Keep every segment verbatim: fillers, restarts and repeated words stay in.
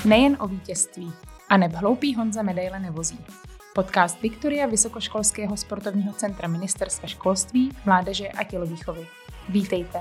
Nejen o vítězství. A neb hloupý Honza medaile nevozí. Podcast Viktoria Vysokoškolského sportovního centra Ministerstva školství, mládeže a tělovýchovy. Vítejte.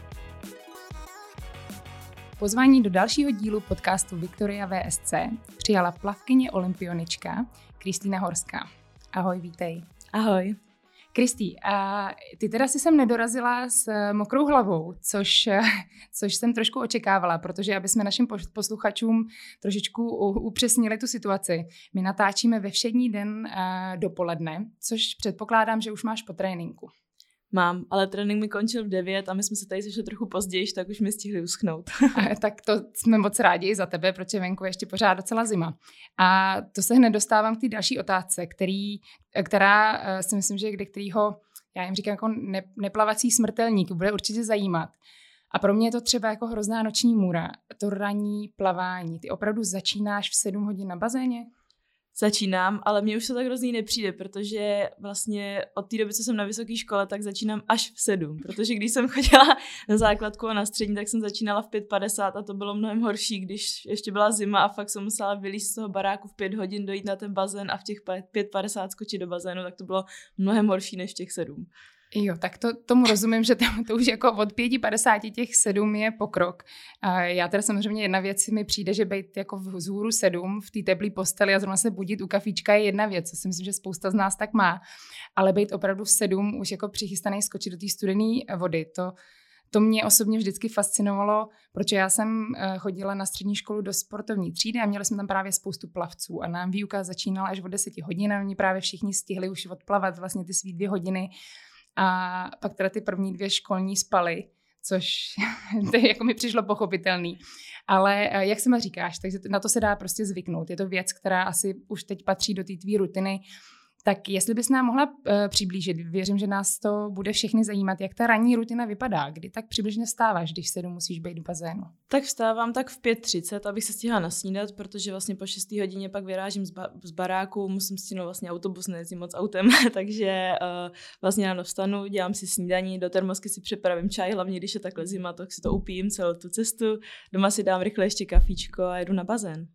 Pozvání do dalšího dílu podcastu Viktoria V S C přijala plavkyně olympionička Kristýna Horská. Ahoj, vítej. Ahoj. Kristý, a ty teda si sem nedorazila s mokrou hlavou, což, což jsem trošku očekávala, protože aby jsme našim posluchačům trošičku upřesnili tu situaci. My natáčíme ve všední den dopoledne, což předpokládám, že už máš po tréninku. Mám, ale trénink mi končil v devět a my jsme se tady sešli trochu později, tak už mi stihli uschnout. Tak to jsme moc rádi i za tebe, protože venku je ještě pořád docela zima. A to se hned dostávám k té další otázce, který, která si myslím, že kde kterýho, já jim říkám jako ne, neplavací smrtelník, bude určitě zajímat. A pro mě je to třeba jako hrozná noční můra, to ranní plavání. Ty opravdu začínáš v sedm hodin na bazéně? Začínám, ale mně už to tak hrozný nepřijde, protože vlastně od té doby, co jsem na vysoké škole, tak začínám až v sedm, protože když jsem chodila na základku a na střední, tak jsem začínala v pět padesát a to bylo mnohem horší, když ještě byla zima a fakt jsem musela vylízt z toho baráku v pět hodin, dojít na ten bazén a v těch pět padesát skočit do bazénu, tak to bylo mnohem horší než v těch sedm. Jo, tak to, tomu rozumím, že to, to už jako od pět padesát těch sedm je pokrok. A já teda samozřejmě jedna věc mi přijde, že být jako vzhůru sedm v té teplé posteli a zrovna se budit u kafíčka je jedna věc, co si myslím, že spousta z nás tak má, ale být opravdu v sedm už jako přichystaný skočit do té studené vody, to, to mě osobně vždycky fascinovalo, protože já jsem chodila na střední školu do sportovní třídy a měli jsme tam právě spoustu plavců a nám výuka začínala až od deseti hodin a oni právě všichni stihli už odplavat vlastně ty svý dvě hodiny. A pak teda ty první dvě školní spaly, což to jako mi přišlo pochopitelný. Ale jak sama říkáš, takže na to se dá prostě zvyknout. Je to věc, která asi už teď patří do té tvý rutiny. Tak jestli bys nám mohla uh, přiblížit, věřím, že nás to bude všechny zajímat, jak ta ranní rutina vypadá, kdy tak přibližně vstáváš, když sedm musíš být v bazénu. Tak vstávám tak v pět třicet, abych se stihla nasnídat, protože vlastně po šesté hodině pak vyrážím z, ba- z baráku, musím stihnout vlastně autobus, nejezdím moc autem, takže uh, vlastně ráno vstanu, dělám si snídaní, do termosky si připravím čaj, hlavně když je takhle zima, tak si to upijím celou tu cestu, doma si dám rychle ještě kafíčko a jedu na bazén.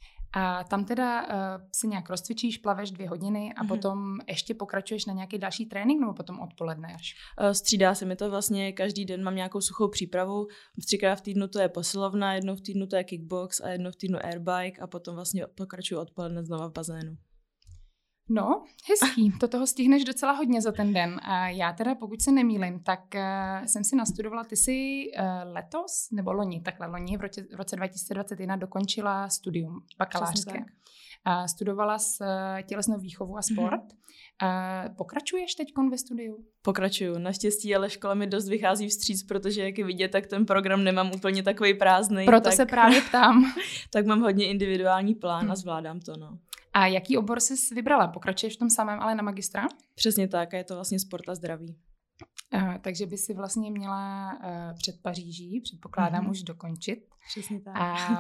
A tam teda uh, si nějak rozcvičíš, plaveš dvě hodiny a mm-hmm. potom ještě pokračuješ na nějaký další trénink nebo potom odpoledne až? Uh, střídá se mi to vlastně, každý den mám nějakou suchou přípravu, třikrát v týdnu to je posilovna, jednou v týdnu to je kickbox a jednou v týdnu airbike a potom vlastně pokračuju odpoledne znova v bazénu. No, hezký. To toho stihneš docela hodně za ten den. A já teda, pokud se nemýlim, tak uh, jsem si nastudovala, ty jsi uh, letos, nebo loni, takhle loni, v roce, v roce dva tisíce dvacet jedna dokončila studium bakalářské. A studovala s uh, tělesnou výchovu a sport. Mm-hmm. Uh, pokračuješ teďkon ve studiu? Pokračuju. Naštěstí, ale škola mi dost vychází vstříc, protože jak je vidět, tak ten program nemám úplně takový prázdnej. Proto tak, se právě ptám. Tak mám hodně individuální plán hmm. a zvládám to, no. A jaký obor jsi vybrala? Pokračuješ v tom samém, ale na magistra? Přesně tak, a je to vlastně sport a zdraví. Uh, takže by si vlastně měla uh, před Paříží, předpokládám, mm-hmm. už dokončit. Přesně tak. A,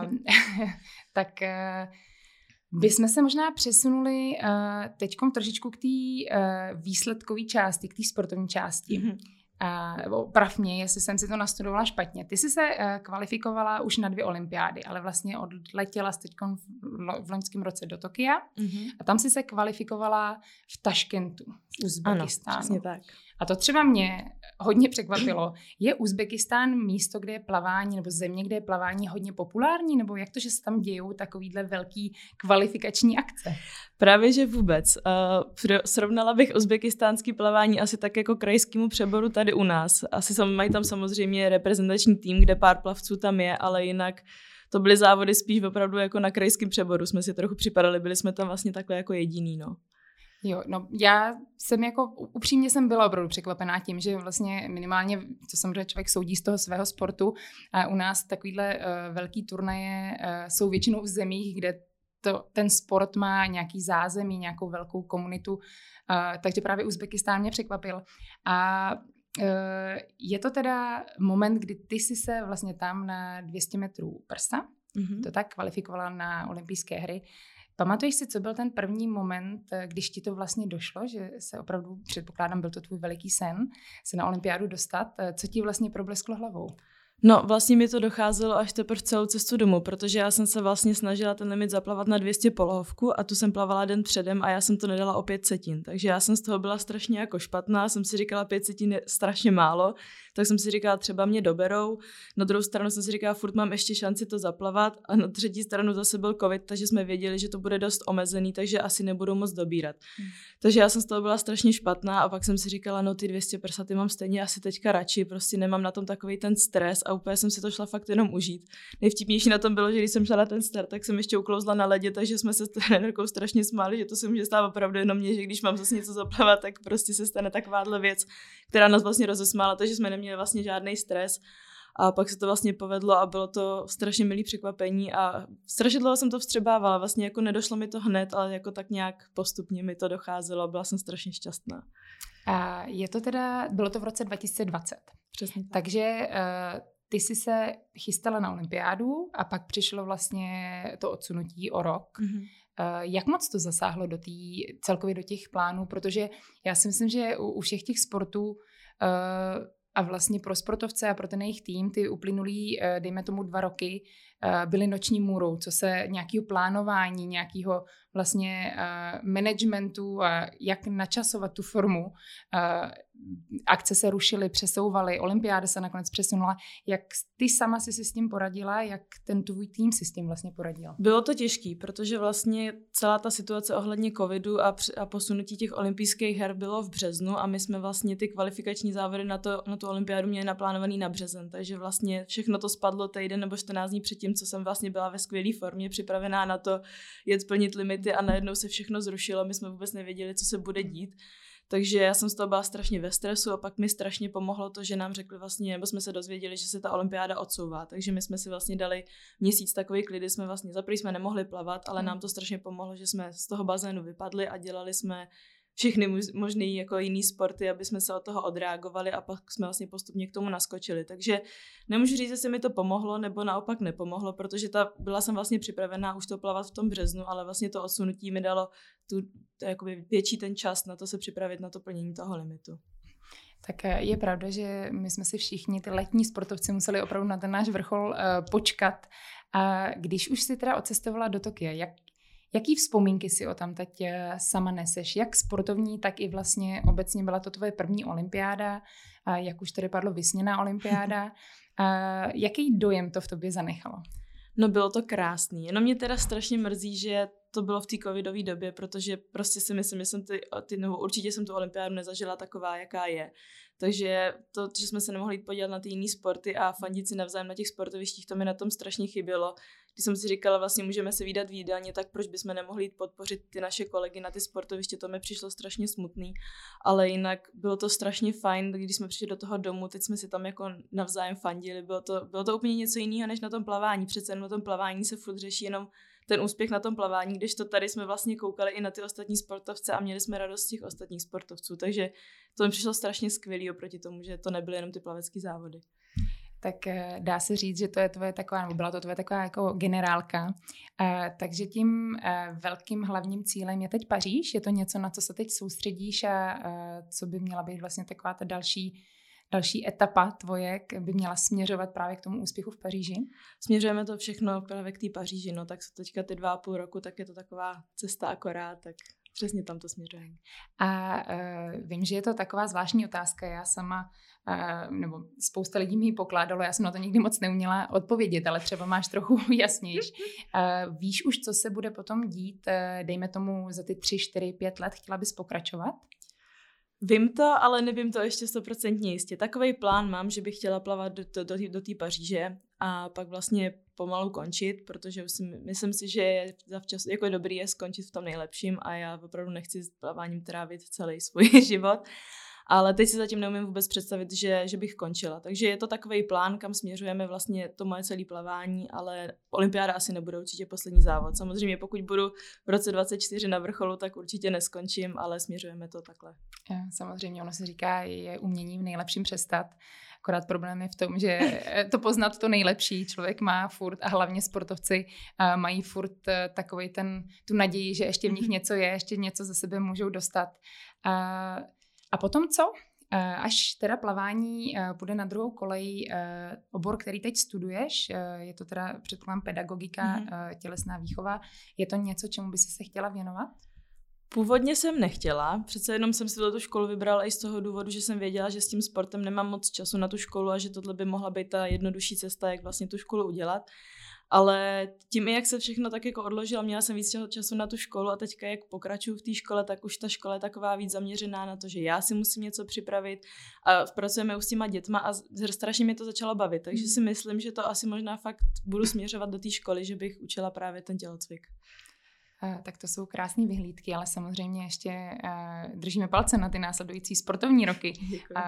tak uh, bychom se možná přesunuli uh, teďkom trošičku k té uh, výsledkové části, k té sportovní části. Mm-hmm. Uh, prav mě, jestli jsem si to nastudovala špatně. Ty jsi se uh, kvalifikovala už na dvě olympiády, ale vlastně odletěla jsi teďkon v, lo, v loňském roce do Tokia mm-hmm. a tam jsi se kvalifikovala v Taškentu, v Uzbekistánu. Ano, přesně tak. A to třeba mě hodně překvapilo. Je Uzbekistán místo, kde je plavání, nebo země, kde je plavání hodně populární, nebo jak to, že se tam dějou takovýhle velký kvalifikační akce? Právě, že vůbec. Uh, srovnala bych uzbekistánský plavání asi tak jako krajskému přeboru tady u nás. Asi sam, mají tam samozřejmě reprezentační tým, kde pár plavců tam je, ale jinak to byly závody spíš opravdu jako na krajském přeboru. Jsme si trochu připadali, byli jsme tam vlastně takhle jako jediný, no. Jo, no já jsem jako, upřímně jsem byla opravdu překvapená tím, že vlastně minimálně, to samozřejmě člověk soudí z toho svého sportu, a u nás takovýhle uh, velký turnaje uh, jsou většinou v zemích, kde to, ten sport má nějaký zázemí, nějakou velkou komunitu, uh, takže právě Uzbekistán mě překvapil. A uh, je to teda moment, kdy ty jsi se vlastně tam na dvě stě metrů prsa, mm-hmm. to tak kvalifikovala na olympijské hry. Pamatuješ si, co byl ten první moment, když ti to vlastně došlo, že se opravdu, předpokládám, byl to tvůj veliký sen, se na olympiádu dostat, co ti vlastně problesklo hlavou? No, vlastně mi to docházelo až teprve celou cestu domů, protože já jsem se vlastně snažila ten limit zaplavat na dvě stě polohovku a tu jsem plavala den předem a já jsem to nedala o pět setin. Takže já jsem z toho byla strašně jako špatná, jsem si říkala pět setin je strašně málo, tak jsem si říkala třeba mě doberou. Na druhou stranu jsem si říkala, furt mám ještě šanci to zaplavat a na třetí stranu zase byl covid, takže jsme věděli, že to bude dost omezený, takže asi nebudou moc dobírat. Hmm. Takže já jsem z toho byla strašně špatná a pak jsem si říkala, no ty dvě stě prsaty mám stejně asi teďka radši, prostě nemám na tom takový ten stres a úplně jsem si to šla fakt jenom užít. Nejvtipnější na tom bylo, že když jsem šla na ten start, tak jsem ještě uklouzla na ledě, takže jsme se s trenérkou strašně smáli, že to se může stát opravdu jenom mě, že když mám zase něco zaplavat, tak prostě se stane takováhle věc, která nás vlastně rozesmála, takže jsme neměli vlastně žádný stres. A pak se to vlastně povedlo a bylo to strašně milý překvapení a strašně dlouho jsem to vstřebávala, vlastně jako nedošlo mi to hned, ale jako tak nějak postupně mi to docházelo a byla jsem strašně šťastná. A je to teda, bylo to v roce dva tisíce dvacet. Přesně tak. Takže uh, ty jsi se chystala na olympiádu a pak přišlo vlastně to odsunutí o rok. Mm-hmm. Uh, jak moc to zasáhlo do tý, celkově do těch plánů? Protože já si myslím, že u, u všech těch sportů uh, a vlastně pro sportovce a pro ten jejich tým ty uplynulý, dejme tomu dva roky, byly noční můrou, co se nějakého plánování, nějakého vlastně managementu, jak načasovat tu formu. Akce se rušily, přesouvaly, olympiáda se nakonec přesunula. Jak ty sama jsi si s tím poradila, jak ten tvůj tým si s tím vlastně poradil? Bylo to těžký, protože vlastně celá ta situace ohledně covidu a, a posunutí těch olympijských her bylo v březnu a my jsme vlastně ty kvalifikační závody na, to, na tu olympiádu měli naplánovaný na březen, takže vlastně všechno to spadlo týden nebo čtrnáct dní předtím, co jsem vlastně byla ve skvělé formě, připravená na to jet splnit limity a najednou se všechno zrušilo, my jsme vůbec nevěděli, co se bude dít. Takže já jsem z toho byla strašně ve stresu a pak mi strašně pomohlo to, že nám řekli vlastně, nebo jsme se dozvěděli, že se ta olympiáda odsouvá. Takže my jsme si vlastně dali měsíc takový klid, kdy jsme vlastně za první jsme nemohli plavat, ale nám to strašně pomohlo, že jsme z toho bazénu vypadli a dělali jsme všechny možné jako jiný sporty, aby jsme se od toho odreagovali a pak jsme vlastně postupně k tomu naskočili. Takže nemůžu říct, jestli mi to pomohlo nebo naopak nepomohlo, protože ta, byla jsem vlastně připravená už to plavat v tom březnu, ale vlastně to odsunutí mi dalo tu, jakoby větší ten čas na to se připravit na to plnění toho limitu. Tak je pravda, že my jsme si všichni, ty letní sportovci, museli opravdu na ten náš vrchol uh, počkat. A když už si teda odcestovala do Tokia, jak jaký vzpomínky si o tam teď sama neseš? Jak sportovní, tak i vlastně obecně byla to tvoje první olympiáda, a jak už tady padlo vysněná olympiáda. A jaký dojem to v tobě zanechalo? No bylo to krásný, jenom mě teda strašně mrzí, že to bylo v té covidové době, protože prostě si myslím, že jsem ty, ty, nebo určitě jsem tu olympiádu nezažila taková, jaká je. Takže to, že jsme se nemohli jít podívat na ty jiný sporty a fandit si navzájem na těch sportovištích, to mi na tom strašně chybělo. Když jsem si říkala, vlastně můžeme se vídat v jídelně, tak proč bychom nemohli jít podpořit ty naše kolegy na ty sportoviště, to mi přišlo strašně smutný. Ale jinak bylo to strašně fajn, když jsme přišli do toho domu, teď jsme si tam jako navzájem fandili, bylo to, bylo to úplně něco jiného než na tom plavání. Přece na tom plavání se furt řeší jenom ten úspěch na tom plavání, když to tady jsme vlastně koukali i na ty ostatní sportovce a měli jsme radost z těch ostatních sportovců, takže to mi přišlo strašně skvělý oproti tomu, že to nebyly jenom ty plavecké závody. Tak dá se říct, že to je tvoje taková, nebo byla to tvoje taková jako generálka. Takže tím velkým hlavním cílem je teď Paříž, je to něco, na co se teď soustředíš a co by měla být vlastně taková ta další Další etapa tvoje by měla směřovat právě k tomu úspěchu v Paříži? Směřujeme to všechno právě k té Paříži, no tak teďka ty dva a půl roku, tak je to taková cesta akorát, tak přesně tam to směřujeme. A uh, vím, že je to taková zvláštní otázka, já sama, uh, nebo spousta lidí mi ji pokládalo, já jsem na to nikdy moc neuměla odpovědět, ale třeba máš trochu jasnější. Uh, víš už, co se bude potom dít, uh, dejme tomu za ty tři, čtyři, pět let, chtěla bys pokračovat? Vím to, ale nevím to ještě stoprocentně jistě. Takovej plán mám, že bych chtěla plavat do, do, do, do té Paříže a pak vlastně pomalu končit, protože si, myslím si, že je zavčas, jako dobrý je skončit v tom nejlepším a já opravdu nechci s plaváním trávit celý svůj život. Ale teď si zatím neumím vůbec představit, že, že bych končila. Takže je to takový plán, kam směřujeme vlastně to moje celé plavání, ale olympiáda asi nebude určitě poslední závod. Samozřejmě pokud budu v roce dvacet čtyři na vrcholu, tak určitě neskončím, ale směřujeme to takhle. Samozřejmě ono se říká, je umění v nejlepším přestat. Akorát problém je v tom, že to poznat to nejlepší člověk má furt a hlavně sportovci mají furt takovej ten, tu naději, že ještě v nich něco je, ještě něco ze sebe můžou dostat. A A potom co? Až teda plavání bude na druhou kolej obor, který teď studuješ, je to teda předpokládám pedagogika, mm-hmm. tělesná výchova, je to něco, čemu by si se chtěla věnovat? Původně jsem nechtěla, přece jenom jsem si tu školu vybrala i z toho důvodu, že jsem věděla, že s tím sportem nemám moc času na tu školu a že tohle by mohla být ta jednodušší cesta, jak vlastně tu školu udělat. Ale tím, jak se všechno tak jako odložilo, měla jsem víc času na tu školu a teďka, jak pokračuju v té škole, tak už ta škola je taková víc zaměřená na to, že já si musím něco připravit a pracujeme už s těma dětma a strašně mě to začalo bavit, takže si myslím, že to asi možná fakt budu směřovat do té školy, že bych učila právě ten tělocvik. Uh, tak to jsou krásné vyhlídky, ale samozřejmě ještě uh, držíme palce na ty následující sportovní roky. Uh,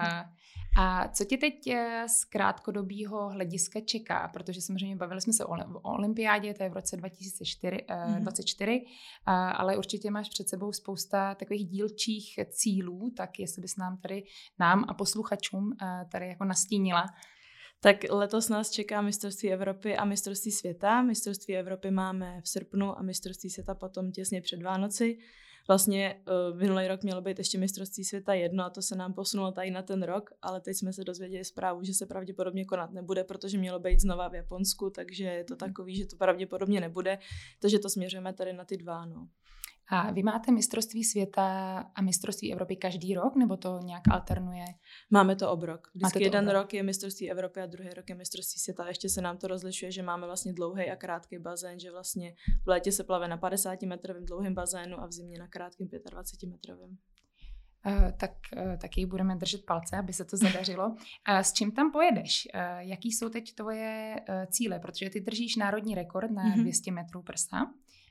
a co tě teď uh, z krátkodobého hlediska čeká? Protože samozřejmě bavili jsme se o, o olympiádě, to je v roce dva tisíce dvacet čtyři, mm-hmm. uh, ale určitě máš před sebou spousta takových dílčích cílů, tak jestli bys nám tady, nám a posluchačům uh, tady jako nastínila. Tak letos nás čeká mistrovství Evropy a mistrovství světa. Mistrovství Evropy máme v srpnu a mistrovství světa potom těsně před Vánoci. Vlastně uh, minulý rok mělo být ještě mistrovství světa jedno a to se nám posunulo tady na ten rok, ale teď jsme se dozvěděli zprávu, že se pravděpodobně konat nebude, protože mělo být znova v Japonsku, takže je to takový, že to pravděpodobně nebude, takže to směřujeme tady na ty dva, no. A vy máte mistrovství světa a mistrovství Evropy každý rok, nebo to nějak alternuje? Máme to obrok. Vždycky to jeden obrok. rok je mistrovství Evropy a druhý rok je mistrovství světa. Ještě se nám to rozlišuje, že máme vlastně dlouhý a krátký bazén, že vlastně v létě se plave na padesátimetrovém dlouhém bazénu a v zimě na krátkém dvacetimetrovém. Uh, tak uh, taky budeme držet palce, aby se to zadařilo. Uh, s čím tam pojedeš? Uh, jaký jsou teď tvoje uh, cíle? Protože ty držíš národní rekord na mm-hmm. dvě stě metrů prsa.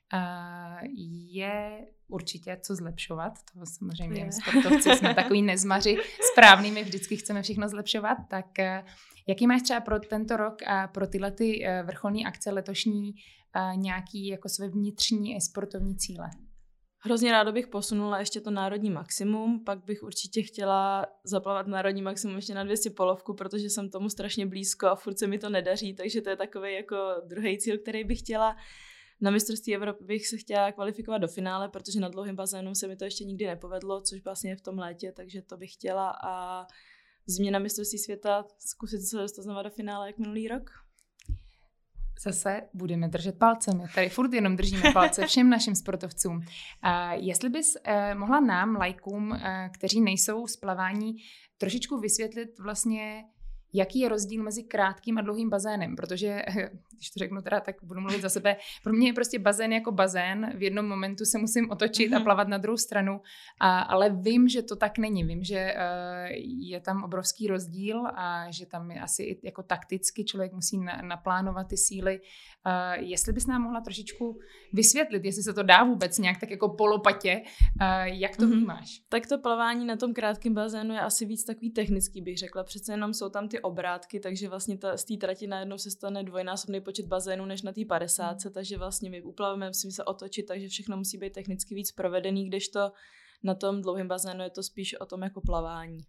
Uh, je určitě co zlepšovat, to samozřejmě je. Sportovci jsme takový nezmaři správnými, vždycky chceme všechno zlepšovat, tak uh, jaký máš třeba pro tento rok a pro tyhle ty uh, vrcholní akce letošní uh, nějaký jako své vnitřní i sportovní cíle? Hrozně ráda bych posunula ještě to národní maximum, pak bych určitě chtěla zaplavat národní maximum ještě na dvě stě polovku, protože jsem tomu strašně blízko a furt se mi to nedaří, takže to je takový jako druhý cíl, který bych chtěla. Na mistrovství Evropy bych se chtěla kvalifikovat do finále, protože na dlouhém bazénu se mi to ještě nikdy nepovedlo, což vlastně je v tom létě, takže to bych chtěla a v zimě na mistrovství světa zkusit se dostat znova do finále jak minulý rok. Zase budeme držet palce, my tady furt jenom držíme palce všem našim sportovcům. Uh, jestli bys uh, mohla nám, lajkům, uh, kteří nejsou z plavání, trošičku vysvětlit vlastně, jaký je rozdíl mezi krátkým a dlouhým bazénem, protože, když to řeknu teda, tak budu mluvit za sebe, pro mě je prostě bazén jako bazén, v jednom momentu se musím otočit mm-hmm. a plavat na druhou stranu, a, ale vím, že to tak není, vím, že uh, je tam obrovský rozdíl a že tam je asi i jako takticky člověk musí na, naplánovat ty síly. Uh, jestli bys nám mohla trošičku vysvětlit, jestli se to dá vůbec nějak tak jako polopatě, uh, jak to mm-hmm. vnímáš? Tak to plavání na tom krátkém bazénu je asi víc takový technický, bych řekla, přece jenom jsou tam ty obrátky, takže vlastně ta, z té trati najednou se stane dvojnásobný počet bazénů než na té padesátce, takže vlastně my uplavujeme, musíme se otočit, takže všechno musí být technicky víc provedený, kdežto na tom dlouhém bazénu je to spíš o tom jako plavání.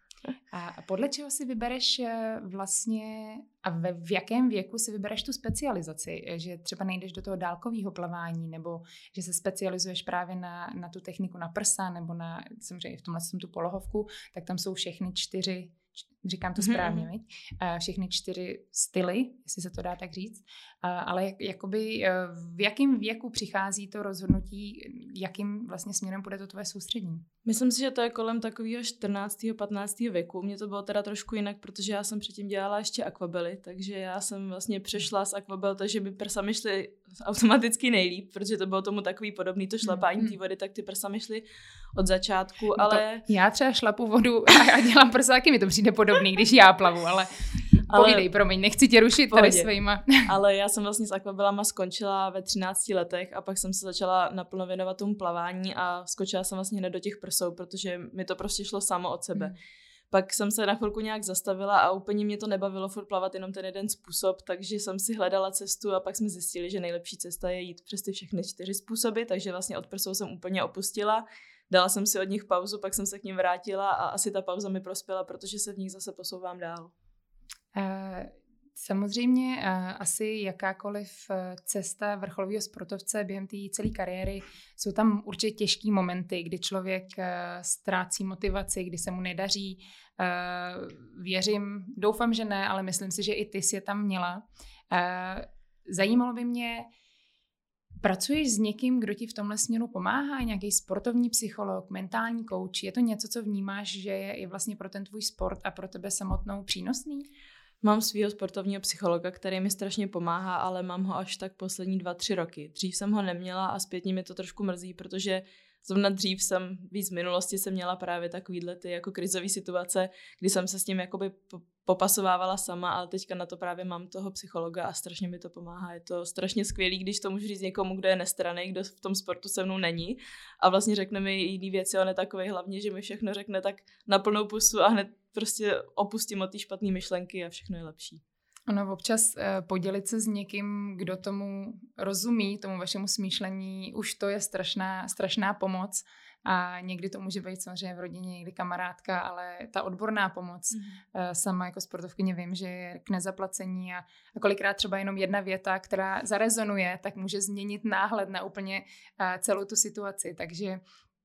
A podle čeho si vybereš vlastně a ve, v jakém věku si vybereš tu specializaci? Že třeba nejdeš do toho dálkového plavání nebo že se specializuješ právě na, na tu techniku na prsa nebo na, samozřejmě v tomhle jsem tu polohovku, tak tam jsou všechny čtyři, říkám to správně, mm-hmm. všechny čtyři styly, jestli se to dá tak říct, ale jakoby v jakém věku přichází to rozhodnutí, jakým vlastně směrem půjde to tvoje soustředění? Myslím si, že to je kolem takového čtrnáctého patnáctého věku. Mně to bylo teda trošku jinak, protože já jsem předtím dělala ještě akvabely, takže já jsem vlastně přešla z akvabel, takže by prsa mi šly automaticky nejlíp, protože to bylo tomu takový podobný, to šlapání mm-hmm. té vody, tak ty prsa mi šly od začátku, no ale... To, já třeba šlapu vodu a dělám prsa, taky mi to přijde podobný, když já plavu, ale... Ale, povídej, promiň, nechci tě rušit tady svýma. Ale já jsem vlastně s akvabelama skončila ve třinácti letech a pak jsem se začala naplno věnovat tomu plavání a skočila jsem vlastně hned do těch prsou, protože mi to prostě šlo samo od sebe. Hmm. Pak jsem se na chvilku nějak zastavila a úplně mě to nebavilo furt plavat jenom ten jeden způsob, takže jsem si hledala cestu a pak jsme zjistili, že nejlepší cesta je jít přes ty všechny čtyři způsoby, takže vlastně od prsou jsem úplně opustila. Dala jsem si od nich pauzu, pak jsem se k nim vrátila a asi ta pauza mi prospěla, protože se v nich zase posouvám dál. Samozřejmě uh, asi jakákoliv uh, cesta vrcholového sportovce během té celé kariéry, jsou tam určitě těžký momenty, kdy člověk uh, ztrácí motivaci, kdy se mu nedaří. Uh, věřím, doufám, že ne, ale myslím si, že i ty jsi je tam měla. Uh, zajímalo by mě, pracuješ s někým, kdo ti v tomhle směru pomáhá? Nějaký sportovní psycholog, mentální kouč? Je to něco, co vnímáš, že je i vlastně pro ten tvůj sport a pro tebe samotnou přínosný? Mám svýho sportovního psychologa, který mi strašně pomáhá, ale mám ho až tak poslední dva, tři roky. Dřív jsem ho neměla a zpětně mi to trošku mrzí, protože zrovna dřív jsem, víc v minulosti jsem měla právě takovýhle ty jako krizové situace, kdy jsem se s tím jakoby popasovávala sama, ale teďka na to právě mám toho psychologa a strašně mi to pomáhá. Je to strašně skvělý, když to můžu říct někomu, kdo je nestranný, kdo v tom sportu se mnou není a vlastně řekne mi jiný věci, on je takovej hlavně, že mi všechno řekne tak na plnou pusu a hned prostě opustím od té špatné myšlenky a všechno je lepší. Ono občas uh, podělit se s někým, kdo tomu rozumí, tomu vašemu smýšlení, už to je strašná, strašná pomoc a někdy to může být samozřejmě v rodině, někdy kamarádka, ale ta odborná pomoc, mm. uh, sama jako sportovkyně vím, že je k nezaplacení a, a kolikrát třeba jenom jedna věta, která zarezonuje, tak může změnit náhled na úplně uh, celou tu situaci, takže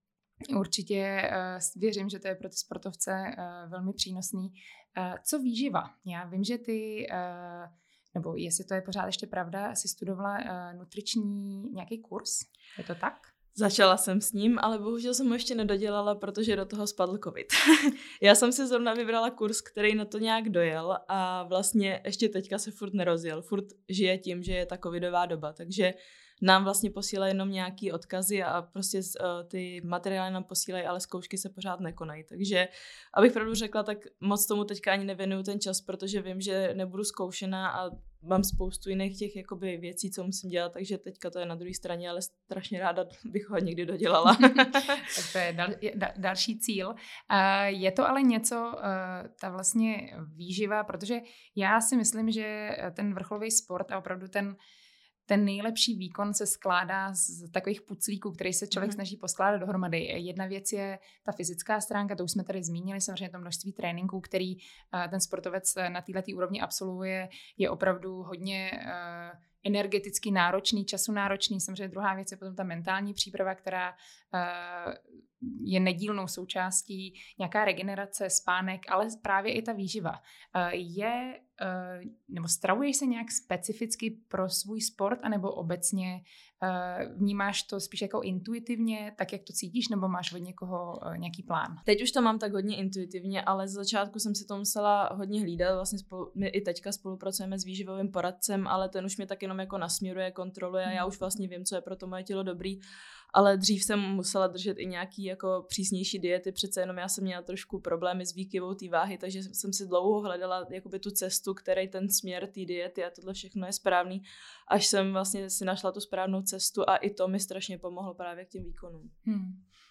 určitě uh, věřím, že to je pro ty sportovce uh, velmi přínosný. Uh, co výživa? Já vím, že ty, uh, nebo jestli to je pořád ještě pravda, jsi studovala uh, nutriční nějaký kurz, je to tak? Začala jsem s ním, ale bohužel jsem ho ještě nedodělala, protože do toho spadl covid. Já jsem si zrovna vybrala kurz, který na to nějak dojel a vlastně ještě teďka se furt nerozjel. Furt žije tím, že je ta covidová doba, takže nám vlastně posílají jenom nějaký odkazy a prostě uh, ty materiály nám posílají, ale zkoušky se pořád nekonají. Takže, abych pravdu řekla, tak moc tomu teďka ani nevěnuju ten čas, protože vím, že nebudu zkoušená a mám spoustu jiných těch jakoby věcí, co musím dělat, takže teďka to je na druhé straně, ale strašně ráda bych ho někdy dodělala. Tak to je dal, dal, další cíl. Uh, je to ale něco, uh, ta vlastně výživa, protože já si myslím, že ten vrcholový sport a opravdu ten Ten nejlepší výkon se skládá z takových puclíků, který se člověk mm. snaží poskládat dohromady. Jedna věc je ta fyzická stránka, to už jsme tady zmínili, samozřejmě to množství tréninků, který uh, ten sportovec na této úrovni absolvuje, je opravdu hodně uh, energeticky náročný, času náročný. Samozřejmě druhá věc je potom ta mentální příprava, která uh, je nedílnou součástí, nějaká regenerace, spánek, ale právě i ta výživa. Uh, je, uh, nebo stravuješ se nějak specificky pro svůj sport, anebo obecně uh, vnímáš to spíš jako intuitivně, tak jak to cítíš, nebo máš od někoho uh, nějaký plán? Teď už to mám tak hodně intuitivně, ale z začátku jsem si to musela hodně hlídat. Vlastně spolu, my i teďka spolupracujeme s výživovým poradcem, ale ten už mě tak jenom jako nasměruje, kontroluje a já už vlastně vím, co je pro to moje tělo dobrý. Ale dřív jsem musela držet i nějaký jako přísnější diety, přece jenom já jsem měla trošku problémy s výkyvou té váhy, takže jsem si dlouho hledala jakoby tu cestu, který ten směr té diety a tohle všechno je správný, až jsem vlastně si našla tu správnou cestu a i to mi strašně pomohlo právě k těm výkonům. Hmm.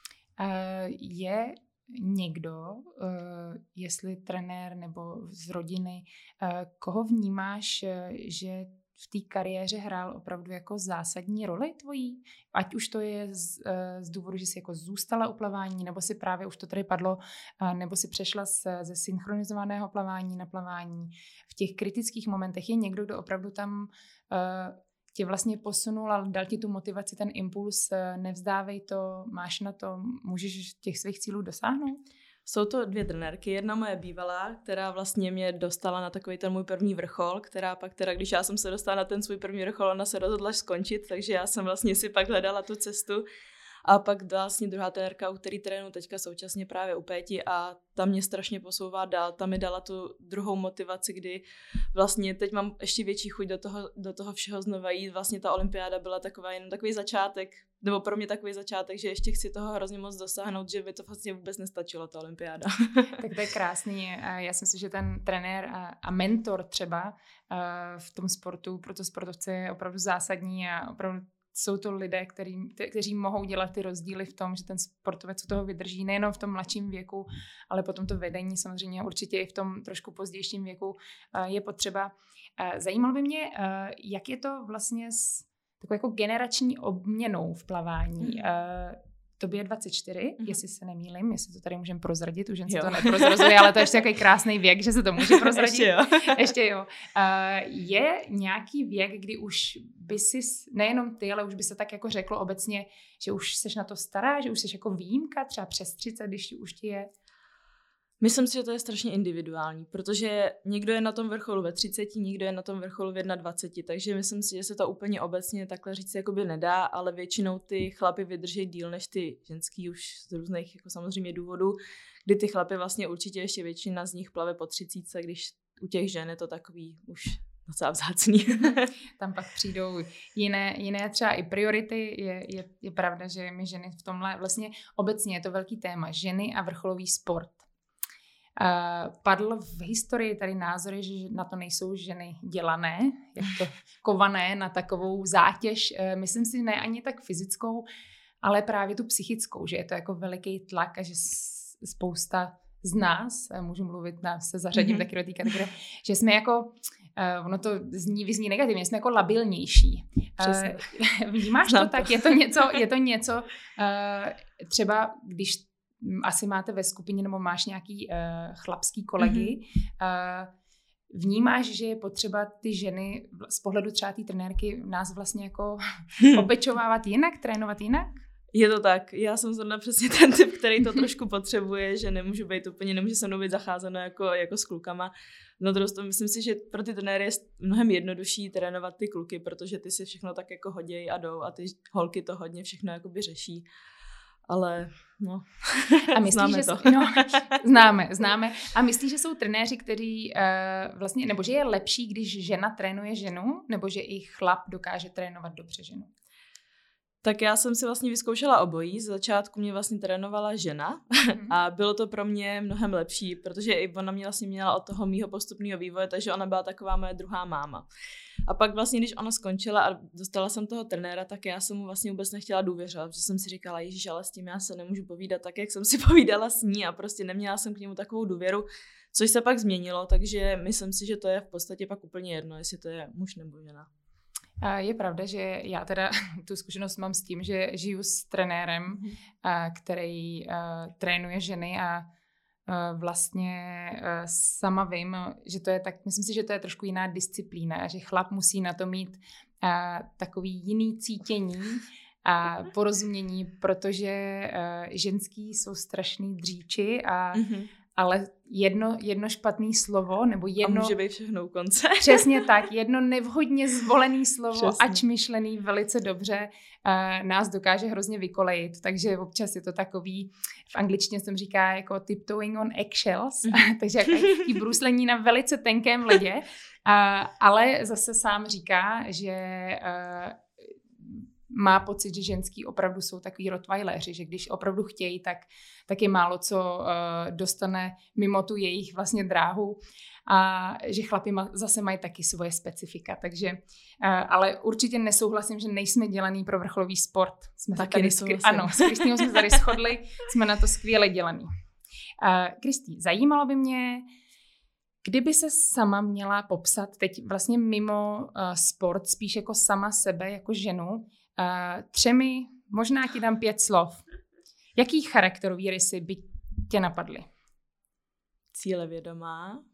Uh, je někdo, uh, jestli trenér nebo z rodiny, uh, koho vnímáš, uh, že v té kariéře hrál opravdu jako zásadní roli tvojí? Ať už to je z, z důvodu, že jsi jako zůstala u plavání, nebo si právě, už to tady padlo, nebo si přešla z, ze synchronizovaného plavání na plavání. V těch kritických momentech je někdo, kdo opravdu tam uh, tě vlastně posunul a dal ti tu motivaci, ten impuls, nevzdávej to, máš na to, můžeš těch svých cílů dosáhnout? Jsou to dvě trenérky, jedna moje bývalá, která vlastně mě dostala na takový ten můj první vrchol, která pak teda, když já jsem se dostala na ten svůj první vrchol, ona se rozhodla skončit, takže já jsem vlastně si pak hledala tu cestu. A pak vlastně druhá trenérka, u který trénu teďka současně právě u Péti a ta mě strašně posouvá dál, ta mi dala tu druhou motivaci, kdy vlastně teď mám ještě větší chuť do toho, do toho všeho znova jít. Vlastně ta olympiáda byla taková jenom takový začátek, nebo pro mě takový začátek, že ještě chci toho hrozně moc dosáhnout, že by to vlastně vůbec nestačilo, ta olympiáda. Tak to je krásný. Já si myslím, že ten trenér a mentor třeba v tom sportu pro to sportovce je opravdu zásadní a opravdu jsou to lidé, který, kteří mohou dělat ty rozdíly v tom, že ten sportovec u toho vydrží nejenom v tom mladším věku, ale potom to vedení samozřejmě určitě i v tom trošku pozdějším věku je potřeba. Zajímalo by mě, jak je to vlastně s takovou jako generační obměnou v plavání. tobě je dvacet čtyři, mm-hmm. jestli se nemýlim, jestli to tady můžeme prozradit, už jen se jo. to neprozrazuje, ale to je ještě takový krásný věk, že se to může prozradit. ještě jo. ještě jo. Uh, je nějaký věk, kdy už by si, nejenom ty, ale už by se tak jako řeklo obecně, že už seš na to stará, že už seš jako výjimka, třeba přes třicet, když už ti je... Myslím si, že to je strašně individuální, protože někdo je na tom vrcholu ve třiceti, někdo je na tom vrcholu v dvaceti jedna, takže myslím si, že se to úplně obecně takhle říct jakoby nedá, ale většinou ty chlapy vydrží díl než ty ženský už z různých jako samozřejmě důvodů, kdy ty chlapy vlastně určitě ještě většina z nich plave po třicítce, když u těch žen je to takový už docela vzácný. Tam pak přijdou jiné, jiné třeba i priority. Je, je, je pravda, že my ženy v tomhle vlastně obecně je to velký téma. Ženy a vrcholový sport. Uh, padl v historii tady názory, že na to nejsou ženy dělané, jak to kované na takovou zátěž. Uh, myslím si, ne ani tak fyzickou, ale právě tu psychickou, že je to jako veliký tlak a že spousta z nás, můžu mluvit, na, se zařadím mm-hmm. taky do té kategorie, že jsme jako, uh, ono to zní, vyzní negativně, jsme jako labilnější. Uh, vnímáš to, to tak? Je to něco, je to něco uh, třeba, když asi máte ve skupině nebo máš nějaký uh, chlapský kolegy, mm-hmm. uh, vnímáš, že je potřeba ty ženy z pohledu třeba té trenérky nás vlastně jako opečovávat jinak, trénovat jinak? Je to tak. Já jsem zrovna přesně ten typ, který to trošku potřebuje, že nemůžu být úplně, nemůže se mnou být zacházeno jako, jako s klukama. No to myslím si, že pro ty trenéry je mnohem jednodušší trénovat ty kluky, protože ty si všechno tak jako hodějí a jdou a ty holky to hodně všechno jakoby řeší. Ale no, a myslíš, známe že to. Jsou, no, známe, známe. A myslíš, že jsou trenéři, kteří uh, vlastně, nebo že je lepší, když žena trénuje ženu, nebo že i chlap dokáže trénovat dobře ženu? Tak já jsem si vlastně vyzkoušela obojí. Z začátku mě vlastně trénovala žena mm. a bylo to pro mě mnohem lepší, protože i ona mě vlastně měla od toho mýho postupného vývoje, takže ona byla taková moje druhá máma. A pak vlastně, když ona skončila a dostala jsem toho trenéra, tak já jsem mu vlastně vůbec nechtěla důvěřovat, protože jsem si říkala, ježiš, ale s tím já se nemůžu povídat tak, jak jsem si povídala s ní a prostě neměla jsem k němu takovou důvěru, což se pak změnilo, takže myslím si, že to je v podstatě pak úplně jedno, jestli to je muž nebo žena. Je pravda, že já teda tu zkušenost mám s tím, že žiju s trenérem, který trénuje ženy a vlastně sama vím, že to je tak, myslím si, že to je trošku jiná disciplína, že chlap musí na to mít takový jiný cítění a porozumění, protože ženský jsou strašný dříči a mm-hmm. ale jedno, jedno špatný slovo, nebo jedno... A může být všechno u konce. Přesně tak, jedno nevhodně zvolený slovo, Přesně. ač myšlený velice dobře, uh, nás dokáže hrozně vykolejit, takže občas je to takový, v angličtině se říká jako tiptoeing on eggshells, mm. takže jako i bruslení na velice tenkém ledě, uh, ale zase sám říká, že... Uh, má pocit, že ženský opravdu jsou takový rottweileři, že když opravdu chtějí, tak, tak je málo co uh, dostane mimo tu jejich vlastně dráhu a že chlapi ma, zase mají taky svoje specifika, takže uh, ale určitě nesouhlasím, že nejsme dělaný pro vrcholový sport. Jsme taky tady skvěl... Ano, s Kristýnou jsme tady shodli, jsme na to skvěle dělaný. Uh, Kristý, zajímalo by mě, kdyby se sama měla popsat teď vlastně mimo uh, sport, spíš jako sama sebe, jako ženu, Uh, třemi, možná ti dám pět slov. Jaký charakterový rysy by tě napadly? Cílevědomá,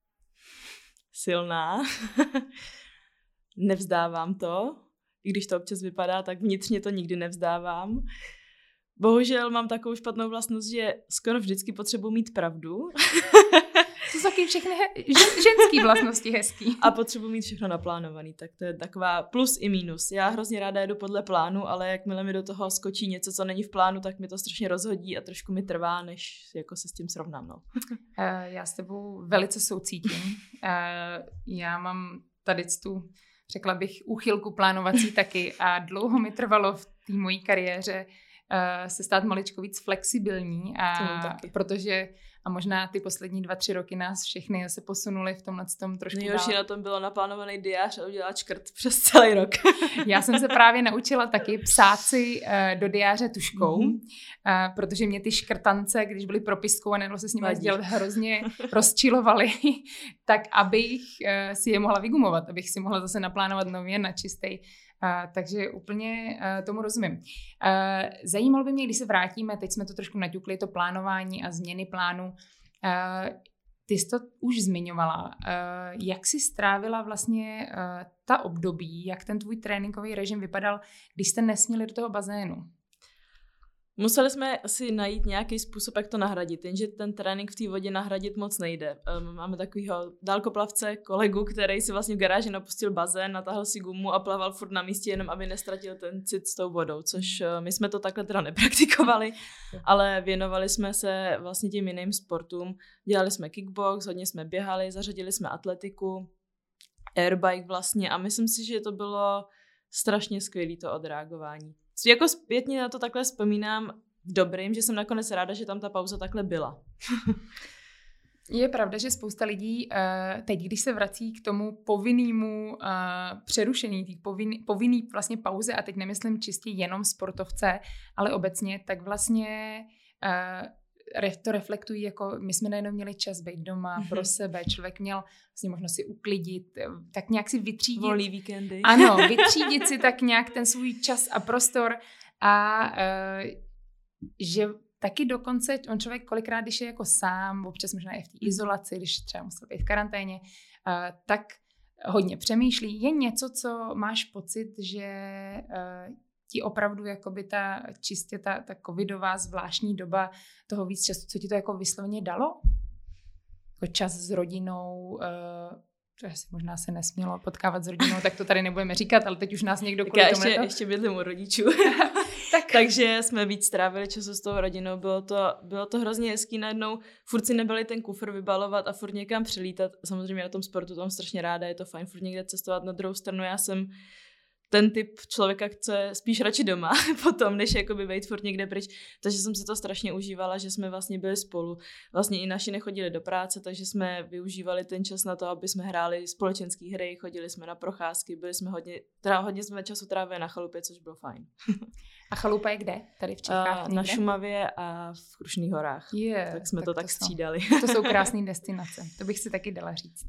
silná, nevzdávám to, i když to občas vypadá, tak vnitřně to nikdy nevzdávám. Bohužel mám takovou špatnou vlastnost, že skoro vždycky potřebuji mít pravdu. To jsou taky všechny he- žen- ženský vlastnosti hezký. A potřebuji mít všechno naplánovaný, tak to je taková plus i mínus. Já hrozně ráda jedu podle plánu, ale jakmile mi do toho skočí něco, co není v plánu, tak mi to strašně rozhodí a trošku mi trvá, než jako se s tím srovnám. No. Uh, já s tebou velice soucítím. Uh, já mám tady tu, řekla bych, úchylku plánovací taky a dlouho mi trvalo v té mojí kariéře uh, se stát maličko víc flexibilní, a protože a možná ty poslední dva, tři roky nás všechny se posunuli v tomhle tom trošku Nejhorší dál. Na tom bylo naplánovaný diář a udělat škrt přes celý rok. Já jsem se právě naučila taky psát si uh, do diáře tuškou, mm-hmm. uh, protože mě ty škrtance, když byly propiskou a nedalo se s nimi dělat, hrozně rozčilovaly, tak abych uh, si je mohla vygumovat, abych si mohla zase naplánovat nově na čistý Uh, takže úplně uh, tomu rozumím. Uh, zajímalo by mě, když se vrátíme, teď jsme to trošku naťukli, to plánování a změny plánu. Uh, ty jsi to už zmiňovala. Uh, jak jsi strávila vlastně uh, ta období, jak ten tvůj tréninkový režim vypadal, když jste nesměli do toho bazénu? Museli jsme si najít nějaký způsob, jak to nahradit, jenže ten trénink v té vodě nahradit moc nejde. Um, máme takovýho dálkoplavce, kolegu, který si vlastně v garáži napustil bazén, natáhl si gumu a plaval furt na místě, jenom aby nestratil ten cit s tou vodou, což uh, my jsme to takhle teda nepraktikovali, ale věnovali jsme se vlastně těm jiným sportům. Dělali jsme kickbox, hodně jsme běhali, zařadili jsme atletiku, airbike vlastně a myslím si, že to bylo strašně skvělé to odreagování. Jako zpětně na to takhle vzpomínám v dobrým, že jsem nakonec ráda, že tam ta pauza takhle byla. Je pravda, že spousta lidí teď, když se vrací k tomu povinnému přerušení, té povinný, povinný vlastně pauze, a teď nemyslím čistě jenom sportovce, ale obecně, tak vlastně to reflektují, jako my jsme najednou měli čas být doma pro sebe, člověk měl vlastně možnost si uklidit, tak nějak si vytřídit. Volný víkendy. Ano, vytřídit si tak nějak ten svůj čas a prostor a uh, že taky dokonce, on člověk kolikrát, když je jako sám, občas možná i v té izolaci, když třeba musel být v karanténě, uh, tak hodně přemýšlí. Je něco, co máš pocit, že uh, ti opravdu jakoby ta čistě ta, ta covidová zvláštní doba toho víc času, co ti to jako vysloveně dalo? Jako čas s rodinou, uh, to asi možná se nesmělo potkávat s rodinou, tak to tady nebudeme říkat, ale teď už nás někdo kvůli tomu ještě, to... ještě bydlím u rodičů. tak. Takže jsme víc strávili času s tou rodinou, bylo to, bylo to hrozně hezký najednou, furt si nebyli ten kufr vybalovat a furt někam přilítat, samozřejmě na tom sportu tam strašně ráda, je to fajn furt někde cestovat, na druhou stranu já jsem ten typ člověka chce spíš radši doma potom, než jakoby být furt někde pryč. Takže jsem si to strašně užívala, že jsme vlastně byli spolu. Vlastně i naši nechodili do práce, takže jsme využívali ten čas na to, aby jsme hráli společenské hry, chodili jsme na procházky, byli jsme hodně, teda hodně jsme času trávili na chalupě, což bylo fajn. A chalupa je kde? Tady v Čechách? A na Šumavě a v Krušných horách. Yeah, tak jsme tak to, to tak střídali. To jsou krásné destinace. To bych si taky dala říct.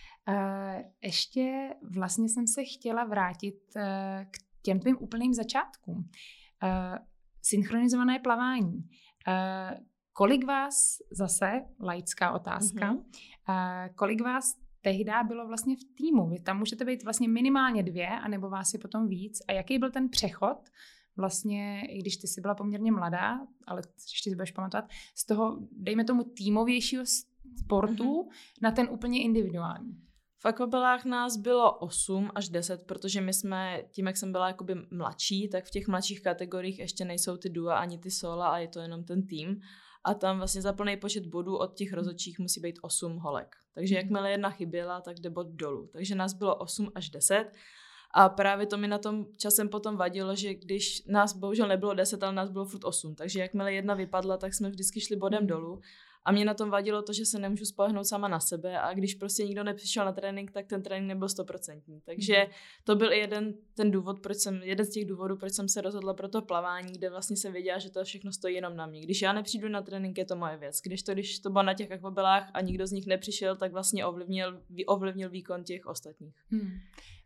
Uh, ještě vlastně jsem se chtěla vrátit uh, k těm tvým úplným začátkům. Uh, synchronizované plavání. Uh, kolik vás, zase laická otázka, uh-huh. uh, kolik vás tehdy bylo vlastně v týmu? Vy tam můžete být vlastně minimálně dvě, anebo vás je potom víc. A jaký byl ten přechod? Vlastně, i když ty jsi byla poměrně mladá, ale ještě si budeš pamatovat, z toho, dejme tomu, týmovějšího sportu uh-huh. na ten úplně individuální. V akvabelách nás bylo osm až deset, protože my jsme, tím jak jsem byla jakoby mladší, tak v těch mladších kategoriích ještě nejsou ty dua ani ty sola a je to jenom ten tým. A tam vlastně za plný počet bodů od těch rozhodčích musí být osm holek. Takže jakmile jedna chyběla, tak jde bod dolů. Takže nás bylo osm až deset. A právě to mi na tom časem potom vadilo, že když nás bohužel nebylo deset, ale nás bylo furt osm. Takže jakmile jedna vypadla, tak jsme vždycky šli bodem dolů. A mě na tom vadilo to, že se nemůžu spolehnout sama na sebe a když prostě nikdo nepřišel na trénink, tak ten trénink nebyl stoprocentní. Takže to byl jeden ten důvod, proč jsem, jeden z těch důvodů, proč jsem se rozhodla pro to plavání, kde vlastně jsem věděla, že to všechno stojí jenom na mě. Když já nepřijdu na trénink, je to moje věc. Když to, když to bylo na těch akvabelách a nikdo z nich nepřišel, tak vlastně ovlivnil, ovlivnil výkon těch ostatních. Hmm. Uh...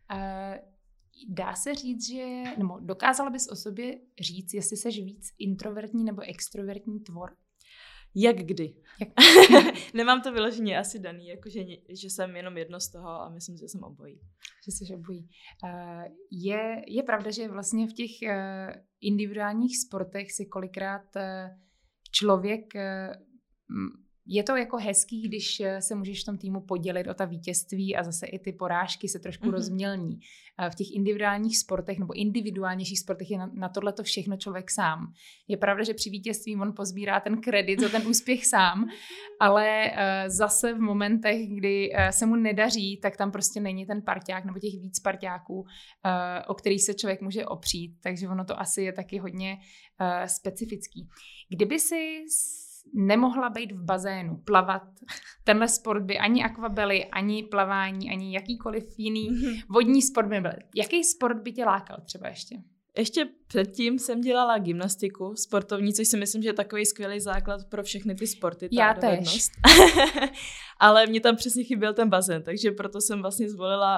Dá se říct, že, nebo dokázala bys o sobě říct, jestli seš víc introvertní nebo extrovertní tvor? Jak kdy? Jak? Nemám to vyloženě asi daný, jakože že jsem jenom jedno z toho a myslím, že jsem obojí. Že jsi obojí. Uh, je, je pravda, že vlastně v těch uh, individuálních sportech si kolikrát uh, člověk... Uh, Je to jako hezký, když se můžeš v tom týmu podělit o ta vítězství a zase i ty porážky se trošku mm-hmm. rozmělní. V těch individuálních sportech nebo individuálnějších sportech je na, na tohleto všechno člověk sám. Je pravda, že při vítězství on pozbírá ten kredit za ten úspěch sám, ale uh, zase v momentech, kdy uh, se mu nedaří, tak tam prostě není ten parťák nebo těch víc parťáků, uh, o který se člověk může opřít. Takže ono to asi je taky hodně uh, specifický. Kdyby si nemohla být v bazénu, plavat. Tenhle sport by ani akvabely, ani plavání, ani jakýkoliv jiný vodní sport by nebyl. Jaký sport by tě lákal třeba ještě? Ještě předtím jsem dělala gymnastiku sportovní, což si myslím, že je takový skvělý základ pro všechny ty sporty. Já tež. Ale mě tam přesně chyběl ten bazén, takže proto jsem vlastně zvolila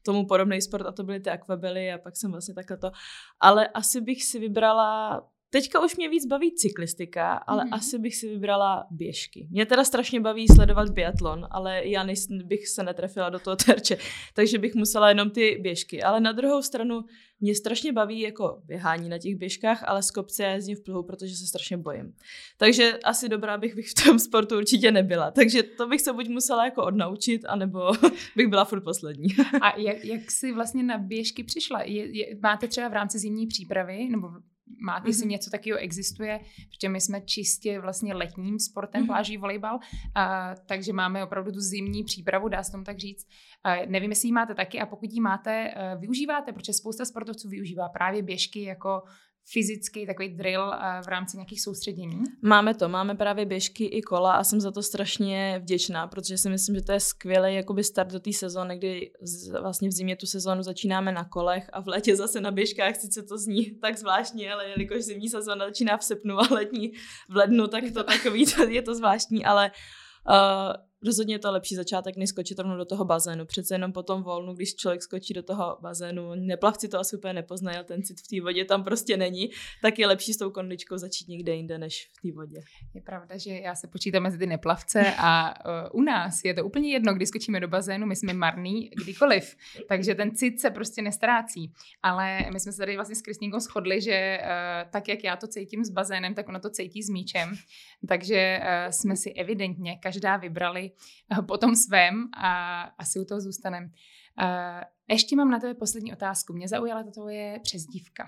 tomu podobný sport a to byly ty akvabely a pak jsem vlastně takhle to. Ale asi bych si vybrala, teďka už mě víc baví cyklistika, ale mm-hmm. asi bych si vybrala běžky. Mě teda strašně baví sledovat biatlon, ale já nejsem, bych se netrefila do toho terče, takže bych musela jenom ty běžky. Ale na druhou stranu mě strašně baví jako běhání na těch běžkách, ale z kopce já jezdím v pluhu, protože se strašně bojím. Takže asi dobrá bych, bych v tom sportu určitě nebyla. Takže to bych se buď musela jako odnaučit, anebo bych byla furt poslední. A jak, jak jsi vlastně na běžky přišla? Je, je, máte třeba v rámci zimní přípravy, nebo máte, jestli mm-hmm. něco takového existuje, protože my jsme čistě vlastně letním sportem, mm-hmm. pláží volejbal, a, takže máme opravdu tu zimní přípravu, dá se tomu tak říct. A, nevím, jestli ji máte taky a pokud ji máte, využíváte, protože spousta sportovců využívá právě běžky jako fyzický takový drill v rámci nějakých soustředění? Máme to, máme právě běžky i kola a jsem za to strašně vděčná, protože si myslím, že to je skvělý jakoby start do té sezóny, kdy z, vlastně v zimě tu sezónu začínáme na kolech a v létě zase na běžkách, sice to zní tak zvláštní, ale jelikož zimní sezóna začíná v srpnu a letní v lednu, tak to takový, je to zvláštní, ale uh, rozhodně je to lepší začátek, než skočit rovnou do toho bazénu. Přece jenom po tom volnu, když člověk skočí do toho bazénu, neplavci to asi úplně nepoznají, ale ten cit v té vodě tam prostě není, tak je lepší s tou kondičkou začít někde jinde, než v té vodě. Je pravda, že já se počítám mezi ty neplavce a uh, u nás je to úplně jedno, když skočíme do bazénu, my jsme marný kdykoliv, takže ten cit se prostě nestrácí. Ale my jsme se tady vlastně s Kristýnkou shodli, že uh, tak, jak já to cítím s bazénem, tak ona to cítí s míčem, takže uh, jsme si evidentně každá vybrali po tom svém a asi u toho zůstaneme. Uh, ještě mám na tebe poslední otázku. Mě zaujala to tvoje přezdívka.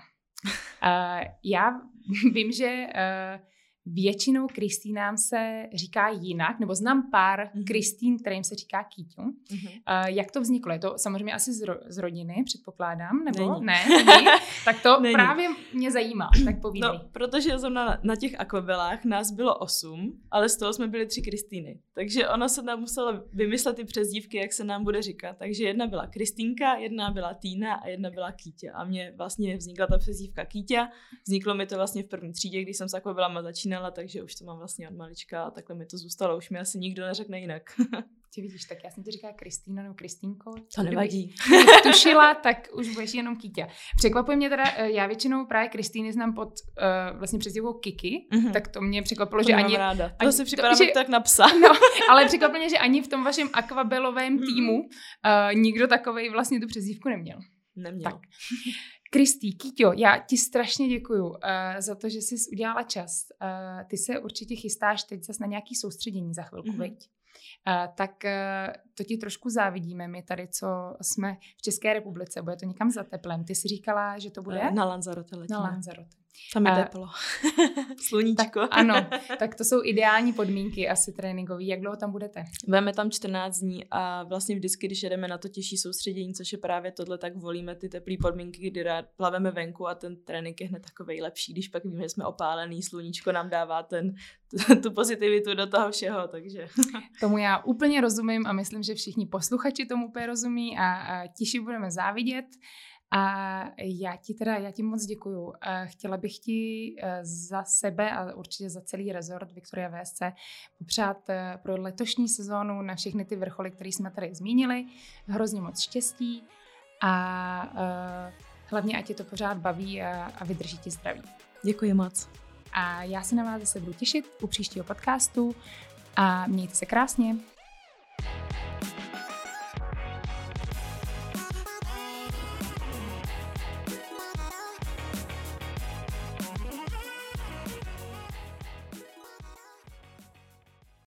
Uh, já vím, že uh, většinou Kristýnám se říká jinak, nebo znám pár mm-hmm. Kristýn, kterým se říká Kýťu. Mm-hmm. Uh, jak to vzniklo? Je to samozřejmě asi z, ro- z rodiny, předpokládám, nebo není. ne? Není. Tak to není. Právě mě zajímá, tak povídej. No, protože na, na těch akvabelách nás bylo osm, ale z toho jsme byli tři Kristýny. Takže ona se nám musela vymyslet ty přezdívky, jak se nám bude říkat. Takže jedna byla Kristýnka, jedna byla Týna a jedna byla Kýťa. A mně vlastně vznikla ta přezdívka Kýťa. Vzniklo mi to vlastně v první třídě, když jsem s akvabelama začínala, takže už to mám vlastně od malička a takhle mi to zůstalo. Už mi asi nikdo neřekne jinak. Ty vidíš, tak já jsem ti říkala Kristýna nebo Kristýnko. To nevadí. Kdybych tušila, tak už budeš jenom Kýťa. Překvapuje mě teda, já většinou právě Kristýny znám pod uh, vlastně přezdívkou Kiki, mm-hmm. tak to mě překvapilo, to že ani... ráda. To ani, si připadá to, že, tak na psa. No, ale překvapilo mě, že ani v tom vašem akvabelovém týmu uh, nikdo takovej vlastně tu přezdívku neměl. Neměl. Tak. Kristý, Kýťo, já ti strašně děkuju uh, za to, že jsi udělala čas. Uh, ty se určitě chystáš teď zase na nějaký soustředění za chvilku, mm-hmm. veď? Uh, tak uh, to ti trošku závidíme, my tady, co jsme v České republice, bude to někam za teplem. Ty jsi říkala, že to bude? Na Lanzarote letíme. Na Lanzarote. Tam je teplo. Sluníčko. Tak, ano, tak to jsou ideální podmínky asi tréninkový. Jak dlouho tam budete? Budeme tam čtrnáct dní a vlastně vždycky, když jedeme na to těžší soustředění, což je právě tohle, tak volíme ty teplé podmínky, kdy rád plaveme venku a ten trénink je hned takovej lepší, když pak víme, že jsme opálený, sluníčko nám dává ten, tu pozitivitu do toho všeho, takže... Tomu já úplně rozumím a myslím, že všichni posluchači tomu úplně rozumí a, a tiši budeme závidět. A já ti teda, já ti moc děkuju. Chtěla bych ti za sebe a určitě za celý rezort Viktoria V S C popřát pro letošní sezónu na všechny ty vrcholy, které jsme tady zmínili. Hrozně moc štěstí a hlavně, ať tě to pořád baví a, a vydrží ti zdraví. Děkuji moc. A já se na vás zase budu těšit u příštího podcastu a mějte se krásně.